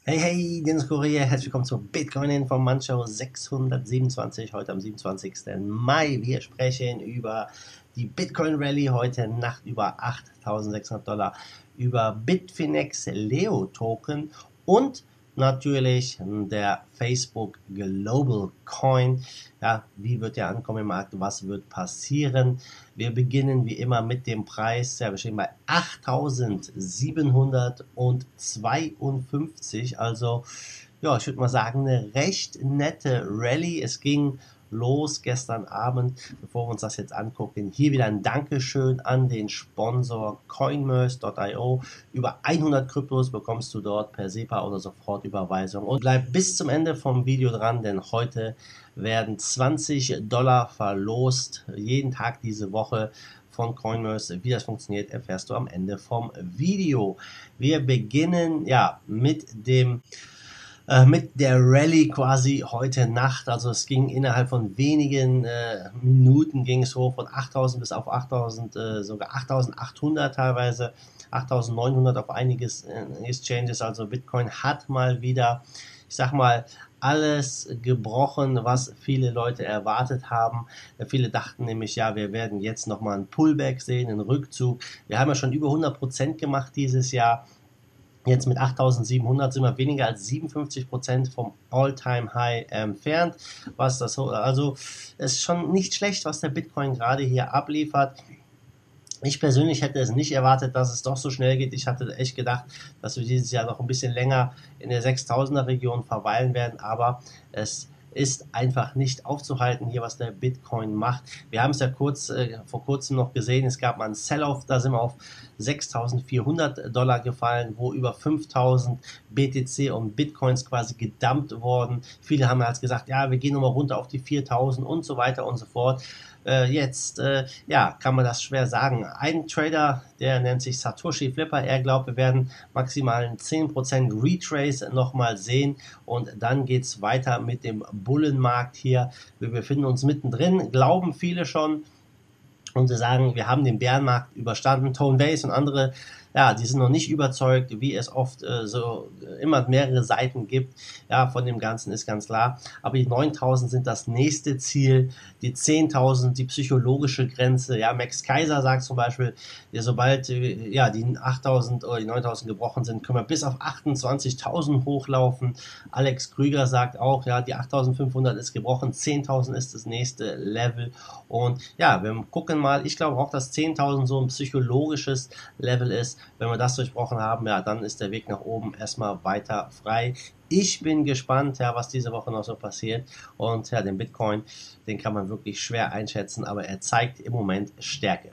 Hey, hey, Dennis Kurier, herzlich willkommen zur Bitcoin-Information 627, heute am 27. Mai. Wir sprechen über die Bitcoin-Rallye heute Nacht über 8.600 Dollar, über Bitfinex Leo-Token und natürlich der Facebook Global Coin. Ja, wie wird der ankommen im Markt? Was wird passieren? Wir beginnen wie immer mit dem Preis. Ja, wir stehen bei 8.752. Also, ja, ich würde mal sagen, eine recht nette Rallye. Es ging los gestern Abend. Bevor wir uns das jetzt angucken, hier wieder ein Dankeschön an den Sponsor Coinmerce.io. Über 100 Kryptos bekommst du dort per SEPA oder Sofortüberweisung. Und bleib bis zum Ende vom Video dran, denn heute werden 20 Dollar verlost. Jeden Tag diese Woche von Coinmerce. Wie das funktioniert, erfährst du am Ende vom Video. Wir beginnen ja mit der Rallye quasi heute Nacht. Also es ging innerhalb von wenigen Minuten ging es hoch von 8.000 bis auf 8.000, sogar 8.800 teilweise, 8.900 auf einiges Exchanges. Also Bitcoin hat mal wieder, ich sag mal, alles gebrochen, was viele Leute erwartet haben. Viele dachten nämlich, ja, wir werden jetzt nochmal einen Pullback sehen, einen Rückzug. Wir haben ja schon über 100% gemacht dieses Jahr. Jetzt mit 8.700 sind wir weniger als 57% vom All-Time-High entfernt. Also ist schon nicht schlecht, was der Bitcoin gerade hier abliefert. Ich persönlich hätte es nicht erwartet, dass es doch so schnell geht. Ich hatte echt gedacht, dass wir dieses Jahr noch ein bisschen länger in der 6.000er Region verweilen werden, aber es ist einfach nicht aufzuhalten hier, was der Bitcoin macht. Wir haben es ja vor kurzem noch gesehen, es gab mal einen Sell-Off, da sind wir auf 6.400 Dollar gefallen, wo über 5.000 BTC und Bitcoins quasi gedumpt wurden. Viele haben jetzt gesagt, ja, wir gehen nochmal runter auf die 4.000 und so weiter und so fort. Jetzt kann man das schwer sagen. Ein Trader, der nennt sich Satoshi Flipper, er glaubt, wir werden maximal einen 10% Retrace nochmal sehen und dann geht es weiter mit dem Bullenmarkt hier. Wir befinden uns mittendrin, glauben viele schon. Und sie sagen, wir haben den Bärenmarkt überstanden. Tone Vays und andere, ja, die sind noch nicht überzeugt, wie es oft immer mehrere Seiten gibt. Ja, von dem Ganzen ist ganz klar. Aber die 9.000 sind das nächste Ziel. Die 10.000, die psychologische Grenze. Ja, Max Kaiser sagt zum Beispiel, ja, sobald die 8.000 oder die 9.000 gebrochen sind, können wir bis auf 28.000 hochlaufen. Alex Krüger sagt auch, ja, die 8.500 ist gebrochen. 10.000 ist das nächste Level. Und ja, wir gucken mal, ich glaube auch, dass 10.000 so ein psychologisches Level ist. Wenn wir das durchbrochen haben, ja, dann ist der Weg nach oben erstmal weiter frei. Ich bin gespannt, ja, was diese Woche noch so passiert. Und ja, den Bitcoin, den kann man wirklich schwer einschätzen, aber er zeigt im Moment Stärke.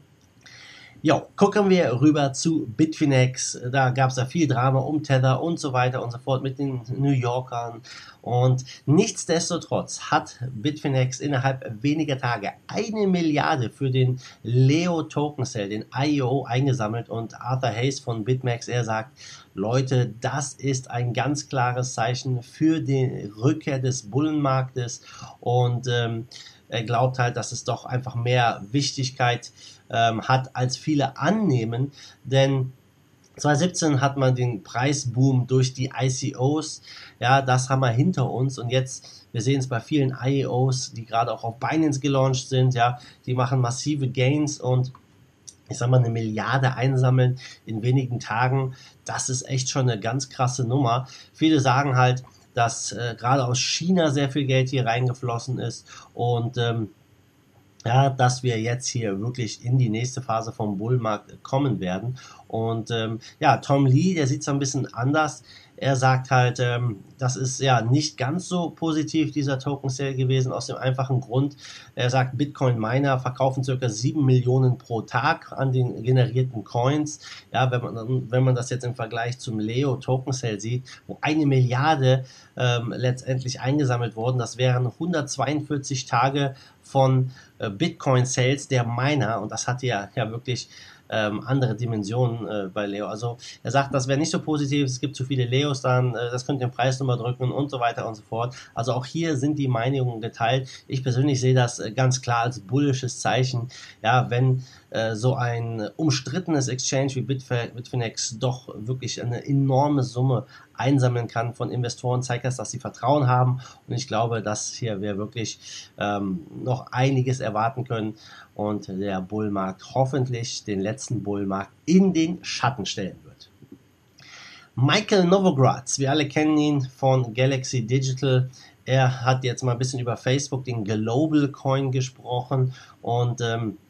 Jo, gucken wir rüber zu Bitfinex. Da gab es ja viel Drama um Tether und so weiter und so fort mit den New Yorkern. Und nichtsdestotrotz hat Bitfinex innerhalb weniger Tage 1 Milliarde für den Leo Token Sale, den IEO, eingesammelt. Und Arthur Hayes von BitMEX, er sagt, Leute, das ist ein ganz klares Zeichen für die Rückkehr des Bullenmarktes. Und er glaubt halt, dass es doch einfach mehr Wichtigkeit hat, als viele annehmen, denn 2017 hat man den Preisboom durch die ICOs, ja, das haben wir hinter uns und jetzt, wir sehen es bei vielen IEOs, die gerade auch auf Binance gelauncht sind, ja, die machen massive Gains und ich sag mal, 1 Milliarde einsammeln in wenigen Tagen, das ist echt schon eine ganz krasse Nummer. Viele sagen halt, dass gerade aus China sehr viel Geld hier reingeflossen ist und ja, dass wir jetzt hier wirklich in die nächste Phase vom Bullmarkt kommen werden. Und ja, Tom Lee, der sieht es ein bisschen anders. Er sagt halt, das ist ja nicht ganz so positiv, dieser Token Sale gewesen, aus dem einfachen Grund, er sagt, Bitcoin-Miner verkaufen ca. 7 Millionen pro Tag an den generierten Coins. Ja, wenn man das jetzt im Vergleich zum Leo Token Sale sieht, wo 1 Milliarde letztendlich eingesammelt wurden, das wären 142 Tage von Bitcoin-Sales der Miner und das hat ja wirklich andere Dimensionen bei Leo. Also er sagt, das wäre nicht so positiv, es gibt zu viele Leos dann, das könnte den Preis nochmal drücken und so weiter und so fort. Also auch hier sind die Meinungen geteilt. Ich persönlich sehe das ganz klar als bullisches Zeichen. Ja, wenn so ein umstrittenes Exchange wie Bitfinex doch wirklich eine enorme Summe einsammeln kann von Investoren, zeigt das, dass sie Vertrauen haben. Und ich glaube, dass hier wir wirklich noch einiges erwarten können und der Bullmarkt hoffentlich den letzten Bullmarkt in den Schatten stellen wird. Michael Novogratz, wir alle kennen ihn von Galaxy Digital. Er hat jetzt mal ein bisschen über Facebook, den Global Coin, gesprochen und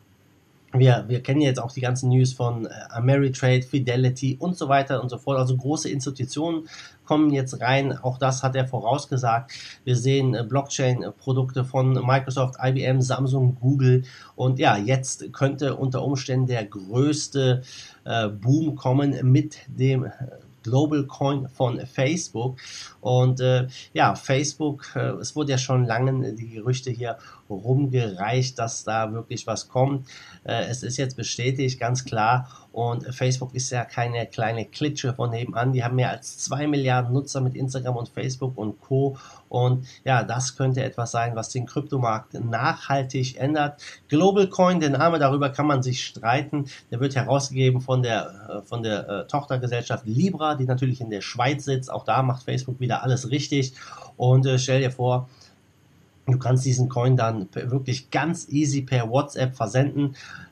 wir kennen jetzt auch die ganzen News von Ameritrade, Fidelity und so weiter und so fort. Also große Institutionen kommen jetzt rein. Auch das hat er vorausgesagt. Wir sehen Blockchain-Produkte von Microsoft, IBM, Samsung, Google. Und ja, jetzt könnte unter Umständen der größte Boom kommen mit dem Global Coin von Facebook. Und ja, Facebook, es wurde ja schon lange die Gerüchte hier rumgereicht, dass da wirklich was kommt. Es ist jetzt bestätigt, ganz klar. Und Facebook ist ja keine kleine Klitsche von nebenan. Die haben mehr als 2 Milliarden Nutzer mit Instagram und Facebook und Co. Und ja, das könnte etwas sein, was den Kryptomarkt nachhaltig ändert. Global Coin, der Name, darüber kann man sich streiten. Der wird herausgegeben von der Tochtergesellschaft Libra, die natürlich in der Schweiz sitzt. Auch da macht Facebook wieder alles richtig. Und stell dir vor, du kannst diesen Coin dann wirklich ganz easy per WhatsApp versenden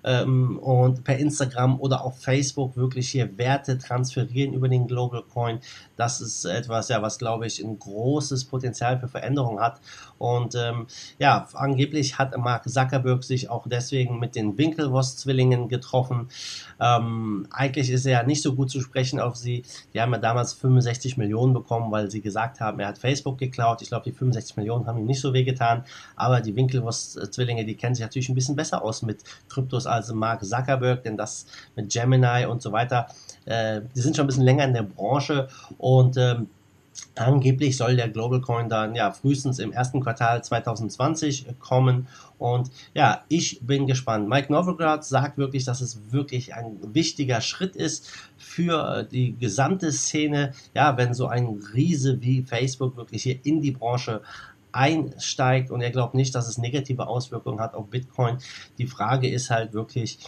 und per Instagram oder auf Facebook wirklich hier Werte transferieren über den Global Coin. Das ist etwas, ja, was, glaube ich, ein großes Potenzial für Veränderung hat. Und ja, angeblich hat Mark Zuckerberg sich auch deswegen mit den Winklevoss-Zwillingen getroffen. Eigentlich ist er ja nicht so gut zu sprechen auf sie. Die haben ja damals 65 Millionen bekommen, weil sie gesagt haben, er hat Facebook geklaut. Ich glaube, die 65 Millionen haben ihm nicht so wehgetan. Aber die Winklevoss-Zwillinge, die kennen sich natürlich ein bisschen besser aus mit Kryptos als Mark Zuckerberg, denn das mit Gemini und so weiter, die sind schon ein bisschen länger in der Branche und angeblich soll der Global Coin dann ja frühestens im ersten Quartal 2020 kommen. Und ja, ich bin gespannt. Mike Novogratz sagt wirklich, dass es wirklich ein wichtiger Schritt ist für die gesamte Szene. Ja, wenn so ein Riese wie Facebook wirklich hier in die Branche einsteigt, und er glaubt nicht, dass es negative Auswirkungen hat auf Bitcoin. Die Frage ist halt wirklich,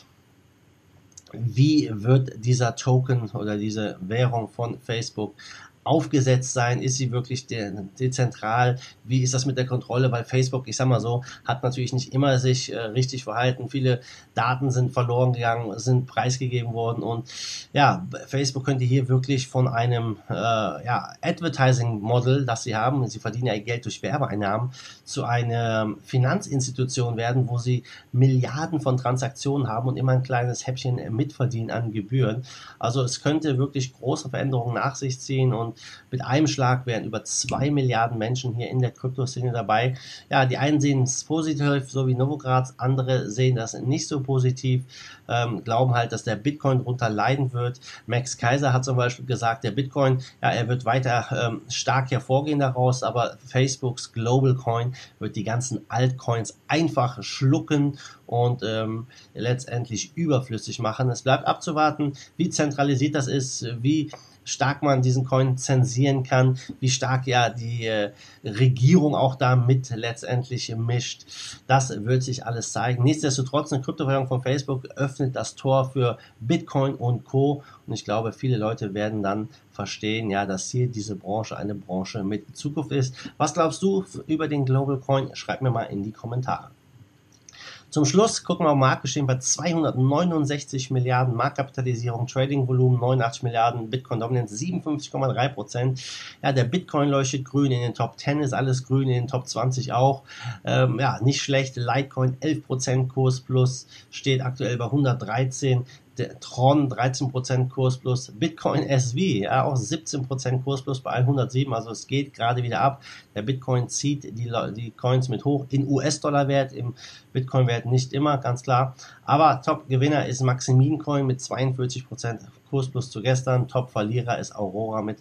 wie wird dieser Token oder diese Währung von Facebook aufgesetzt sein? Ist sie wirklich dezentral? Wie ist das mit der Kontrolle? Weil Facebook, ich sag mal so, hat natürlich nicht immer sich richtig verhalten. Viele Daten sind verloren gegangen, sind preisgegeben worden und ja, Facebook könnte hier wirklich von einem ja, Advertising-Model, das sie haben, sie verdienen ja ihr Geld durch Werbeeinnahmen, zu einer Finanzinstitution werden, wo sie Milliarden von Transaktionen haben und immer ein kleines Häppchen mitverdienen an Gebühren. Also es könnte wirklich große Veränderungen nach sich ziehen und mit einem Schlag wären über 2 Milliarden Menschen hier in der Kryptoszene dabei. Ja, die einen sehen es positiv, so wie Novogratz, andere sehen das nicht so positiv, glauben halt, dass der Bitcoin darunter leiden wird. Max Kaiser hat zum Beispiel gesagt, der Bitcoin, ja, er wird weiter stark hervorgehen daraus, aber Facebooks Global Coin wird die ganzen Altcoins einfach schlucken und letztendlich überflüssig machen. Es bleibt abzuwarten, wie zentralisiert das ist, wie stark man diesen Coin zensieren kann, wie stark ja die Regierung auch da mit letztendlich mischt. Das wird sich alles zeigen. Nichtsdestotrotz, eine Kryptowährung von Facebook öffnet das Tor für Bitcoin und Co. Und ich glaube, viele Leute werden dann verstehen, ja, dass hier diese Branche eine Branche mit Zukunft ist. Was glaubst du über den Global Coin? Schreib mir mal in die Kommentare. Zum Schluss gucken wir auf Marktgeschehen bei 269 Milliarden Marktkapitalisierung, Trading-Volumen 89 Milliarden, Bitcoin-Dominanz 57,3%. Ja, der Bitcoin leuchtet grün, in den Top 10 ist alles grün, in den Top 20 auch. Ja, nicht schlecht. Litecoin 11% Kurs plus, steht aktuell bei 113. Der Tron 13% Kurs plus, Bitcoin SV, ja, auch 17% Kurs plus bei 107, also es geht gerade wieder ab. Der Bitcoin zieht die Coins mit hoch, in US-Dollar-Wert, im Bitcoin-Wert nicht immer, ganz klar. Aber Top-Gewinner ist Maximin Coin mit 42% Kurs plus zu gestern. Top-Verlierer ist Aurora mit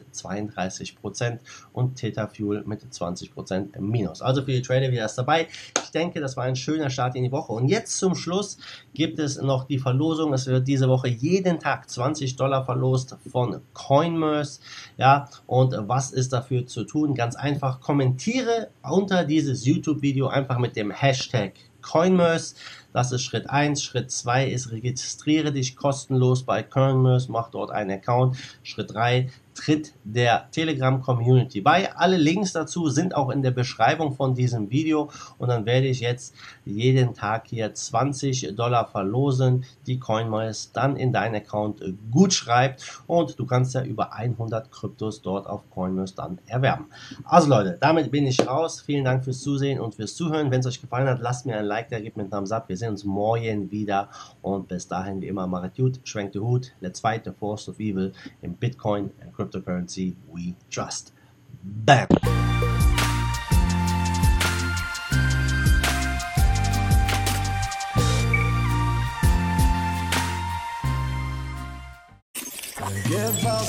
32% und Theta Fuel mit 20% Minus. Also für die Trader wieder das dabei. Ich denke, das war ein schöner Start in die Woche. Und jetzt zum Schluss gibt es noch die Verlosung. Es wird diese Woche jeden Tag $20 verlost von Coinmerce. Ja, und was ist dafür zu tun? Ganz einfach, kommentiere unter dieses YouTube-Video einfach mit dem Hashtag Coinmerce. Das ist Schritt 1. Schritt 2 ist, registriere dich kostenlos bei CoinMersed, mach dort einen Account. Schritt 3, tritt der Telegram-Community bei. Alle Links dazu sind auch in der Beschreibung von diesem Video und dann werde ich jetzt jeden Tag hier $20 verlosen, die CoinMersed dann in deinen Account gut schreibt und du kannst ja über 100 Kryptos dort auf CoinMersed dann erwerben. Also Leute, damit bin ich raus. Vielen Dank fürs Zusehen und fürs Zuhören. Wenn es euch gefallen hat, lasst mir ein Like da, gebt mir einen Thumbs up. Wir sehen uns morgen wieder und bis dahin wie immer, macht gut, schwenkt den Hut, let's fight the force of evil in Bitcoin and cryptocurrency we trust. Bam! Give up